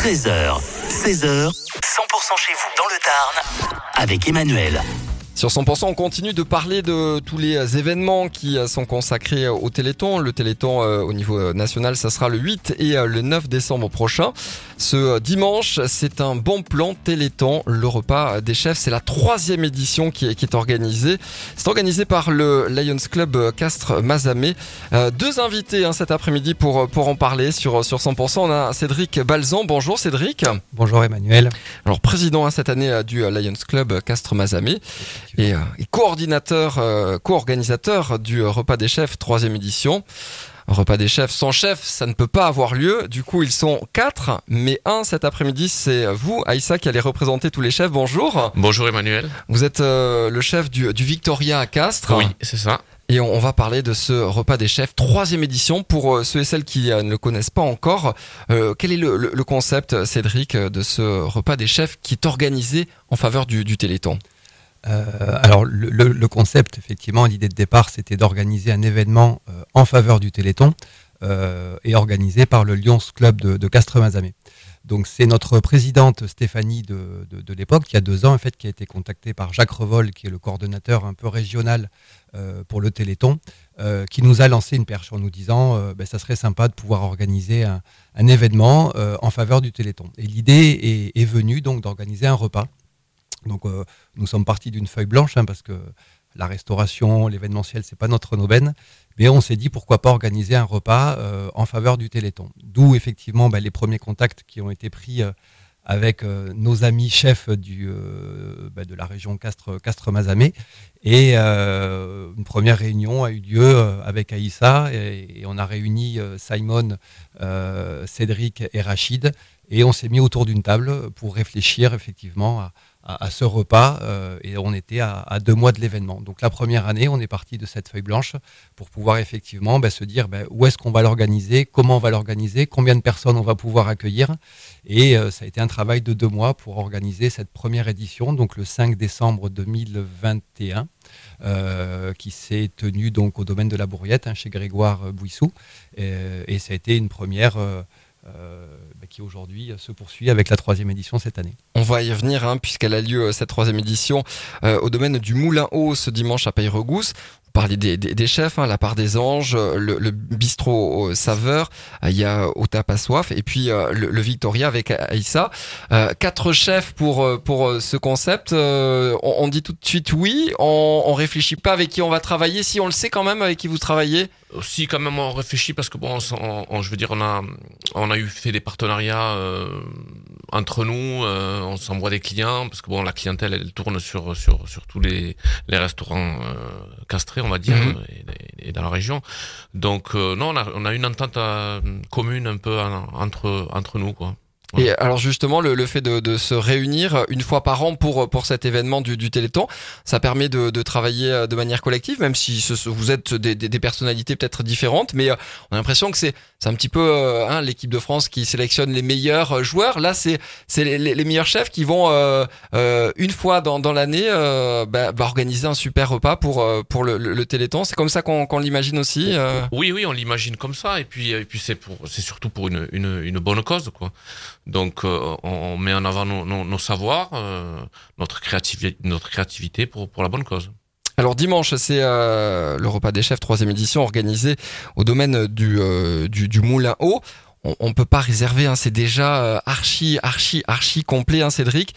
13h, 16h, 100% chez vous dans le Tarn avec Emmanuel. Sur 100%, on continue de parler de tous les événements qui sont consacrés au Téléthon. Le Téléthon au niveau national, ça sera le 8 et le 9 décembre prochain. Ce dimanche, c'est un bon plan Téléthon, le repas des chefs. C'est la 3e édition qui est organisée. C'est organisé par le Lions Club Castres-Mazamet. Deux invités cet après-midi pour en parler sur 100%. On a Cédric Balzan. Bonjour Cédric. Bonjour Emmanuel. Alors président cette année du Lions Club Castres-Mazamet. Et co-organisateur du repas des chefs 3e édition. Repas des chefs sans chef, ça ne peut pas avoir lieu. Du coup, ils sont 4, mais un cet après-midi, c'est vous, Aïssa, qui allez représenter tous les chefs. Bonjour. Bonjour Emmanuel. Vous êtes le chef du Victoria à Castres. Oui, c'est ça. Et on va parler de ce repas des chefs 3e édition. Pour ceux et celles qui ne le connaissent pas encore, quel est le concept, Cédric, de ce repas des chefs qui est organisé en faveur du Téléthon ? Alors le concept, effectivement, l'idée de départ, c'était d'organiser un événement en faveur du Téléthon et organisé par le Lions Club de Castres-Mazamet. Donc c'est notre présidente Stéphanie de l'époque, il y a 2 ans en fait, qui a été contactée par Jacques Revol, qui est le coordonnateur un peu régional pour le Téléthon, qui nous a lancé une perche en nous disant ça serait sympa de pouvoir organiser un événement en faveur du Téléthon. Et l'idée est venue donc d'organiser un repas. Donc nous sommes partis d'une feuille blanche parce que la restauration, l'événementiel, c'est pas notre aubaine, mais on s'est dit pourquoi pas organiser un repas en faveur du Téléthon. D'où effectivement les premiers contacts qui ont été pris avec nos amis chefs de la région Castres-Mazamet, et une première réunion a eu lieu avec Aïssa et on a réuni Simon, Cédric et Rachid, et on s'est mis autour d'une table pour réfléchir effectivement à ce repas, et on était à 2 mois de l'événement. Donc la première année, on est parti de cette feuille blanche pour pouvoir effectivement se dire où est-ce qu'on va l'organiser, comment on va l'organiser, combien de personnes on va pouvoir accueillir. Et ça a été un travail de 2 mois pour organiser cette première édition, donc le 5 décembre 2021, qui s'est tenue donc au domaine de la Bourriette, chez Grégoire Bouissou. Et ça a été une première qui aujourd'hui se poursuit avec la 3e édition cette année. On va y revenir puisqu'elle a lieu cette 3e édition au domaine du Moulin Haut ce dimanche à Paille-Regousse. Vous parlez des chefs, la part des anges, le bistrot saveur, il y a au tap à soif, et puis le Victoria avec Aïssa. 4 chefs pour ce concept. On dit tout de suite oui, on réfléchit pas avec qui on va travailler, si on le sait quand même avec qui vous travaillez. Si quand même on réfléchit parce que je veux dire on a eu fait des partenariats entre nous, on s'envoie des clients parce que la clientèle elle tourne sur tous les restaurants castrés on va dire et dans la région. Donc non on a une entente commune un peu entre nous quoi. Et alors justement, le fait de se réunir une fois par an pour cet événement du Téléthon, ça permet de travailler de manière collective, même si vous êtes des personnalités peut-être différentes, mais on a l'impression que c'est un petit peu l'équipe de France qui sélectionne les meilleurs joueurs. Là, c'est les meilleurs chefs qui vont une fois dans l'année organiser un super repas pour le Téléthon. C'est comme ça qu'on l'imagine aussi. Oui, on l'imagine comme ça, et puis c'est surtout pour une bonne cause quoi. Donc on met en avant nos savoirs, notre créativité pour la bonne cause. Alors dimanche, c'est le repas des chefs 3e édition organisé au domaine du Moulin Haut. On peut pas réserver, c'est déjà archi complet, Cédric.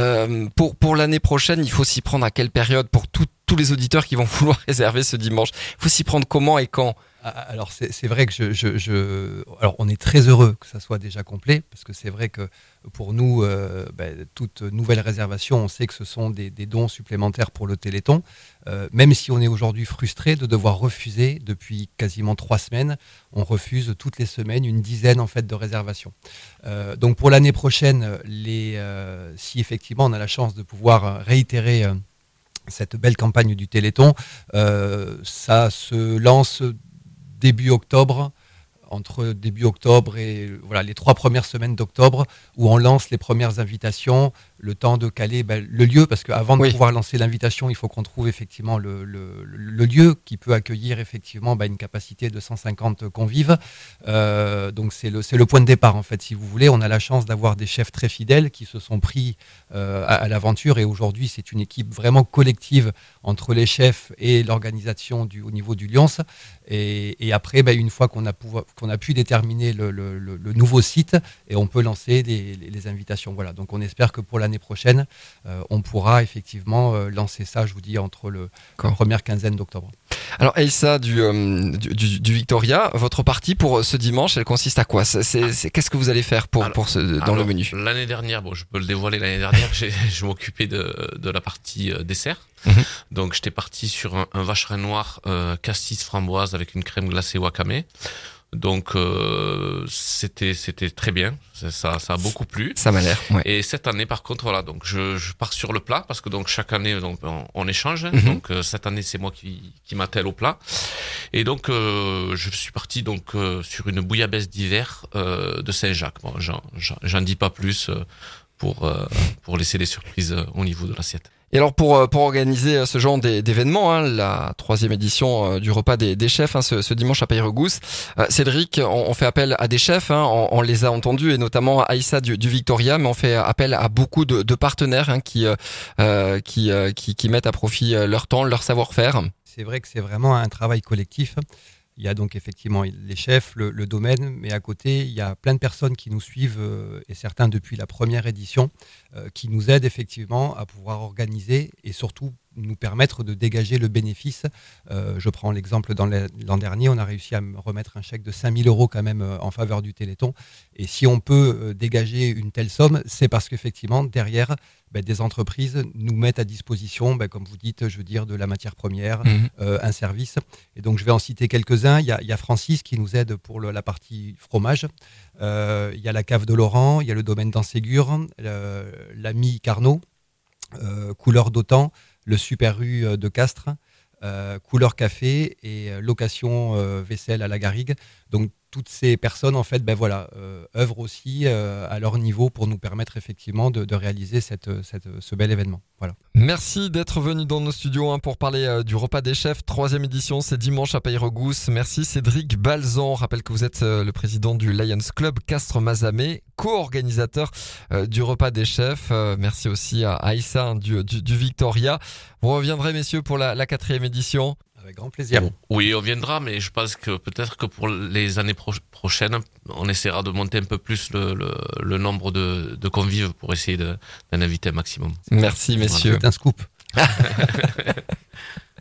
Pour l'année prochaine, il faut s'y prendre à quelle période pour tous les auditeurs qui vont vouloir réserver ce dimanche? Il faut s'y prendre comment et quand? Alors c'est vrai que alors on est très heureux que ça soit déjà complet, parce que c'est vrai que pour nous, toute nouvelle réservation, on sait que ce sont des dons supplémentaires pour le Téléthon, même si on est aujourd'hui frustré de devoir refuser depuis quasiment 3 semaines, on refuse toutes les semaines une dizaine en fait de réservations. Donc pour l'année prochaine, si effectivement on a la chance de pouvoir réitérer cette belle campagne du Téléthon, ça se lance début octobre, entre début octobre et les 3 premières semaines d'octobre, où on lance les premières invitations le temps de caler le lieu, parce qu'avant de Oui. pouvoir lancer l'invitation, il faut qu'on trouve effectivement le lieu qui peut accueillir effectivement une capacité de 150 convives. Donc c'est le point de départ en fait, si vous voulez. On a la chance d'avoir des chefs très fidèles qui se sont pris à l'aventure, et aujourd'hui c'est une équipe vraiment collective entre les chefs et l'organisation au niveau du Lions. Et après, une fois qu'on a pu déterminer le nouveau site, et on peut lancer les invitations. Voilà. Donc on espère que pour l'année prochaine, on pourra effectivement lancer ça, je vous dis, entre la première quinzaine d'octobre. Alors Aïssa du Victoria, votre partie pour ce dimanche, elle consiste à quoi ? Qu'est-ce que vous allez faire dans le menu ? L'année dernière, je peux le dévoiler, l'année dernière, je m'occupais de la partie dessert. Donc j'étais parti sur un vacherin noir cassis framboise avec une crème glacée wakame. Donc c'était très bien, ça a beaucoup plu. Ça m'a l'air. Ouais. Et cette année par contre voilà, donc je pars sur le plat parce que donc chaque année donc on échange. Donc cette année c'est moi qui m'attelle au plat. Et donc je suis parti donc sur une bouillabaisse d'hiver de Saint-Jacques. Bon, j'en dis pas plus pour laisser les surprises au niveau de l'assiette. Et alors pour organiser ce genre d'événement, la 3e édition du repas des chefs, ce dimanche à Pailleregousse, Cédric, on fait appel à des chefs, on les a entendus, et notamment Aïssa du Victoria, mais on fait appel à beaucoup de partenaires qui mettent à profit leur temps, leur savoir-faire. C'est vrai que c'est vraiment un travail collectif. Il y a donc effectivement les chefs, le domaine, mais à côté, il y a plein de personnes qui nous suivent, et certains depuis la première édition, qui nous aident effectivement à pouvoir organiser et surtout nous permettre de dégager le bénéfice. Je prends l'exemple l'an dernier, on a réussi à me remettre un chèque de 5 000 € quand même en faveur du Téléthon. Et si on peut dégager une telle somme, c'est parce qu'effectivement, derrière, des entreprises nous mettent à disposition, comme vous dites, je veux dire, de la matière première, un service. Et donc, je vais en citer quelques-uns. Il y a Francis qui nous aide pour la partie fromage. Il y a la cave de Laurent, il y a le domaine d'Anségur, l'ami Carnot, Couleur d'Autan, le Super U de Castres, Couleur Café et Location Vaisselle à la Garrigue. Donc toutes ces personnes en fait œuvrent aussi à leur niveau pour nous permettre effectivement de réaliser ce bel événement. Voilà. Merci d'être venu dans nos studios pour parler du repas des chefs. 3e édition, c'est dimanche à Pailleregousse. Merci Cédric Balzan. Rappelle que vous êtes le président du Lions Club Castres-Mazamet, co-organisateur du repas des chefs. Merci aussi à Aïssa du Victoria. Vous reviendrez messieurs pour la 4e édition. Avec grand plaisir. Oui, on viendra, mais je pense que peut-être que pour les années prochaines, on essaiera de monter un peu plus le nombre de convives pour essayer d'en inviter un maximum. Merci messieurs. C'est un scoop.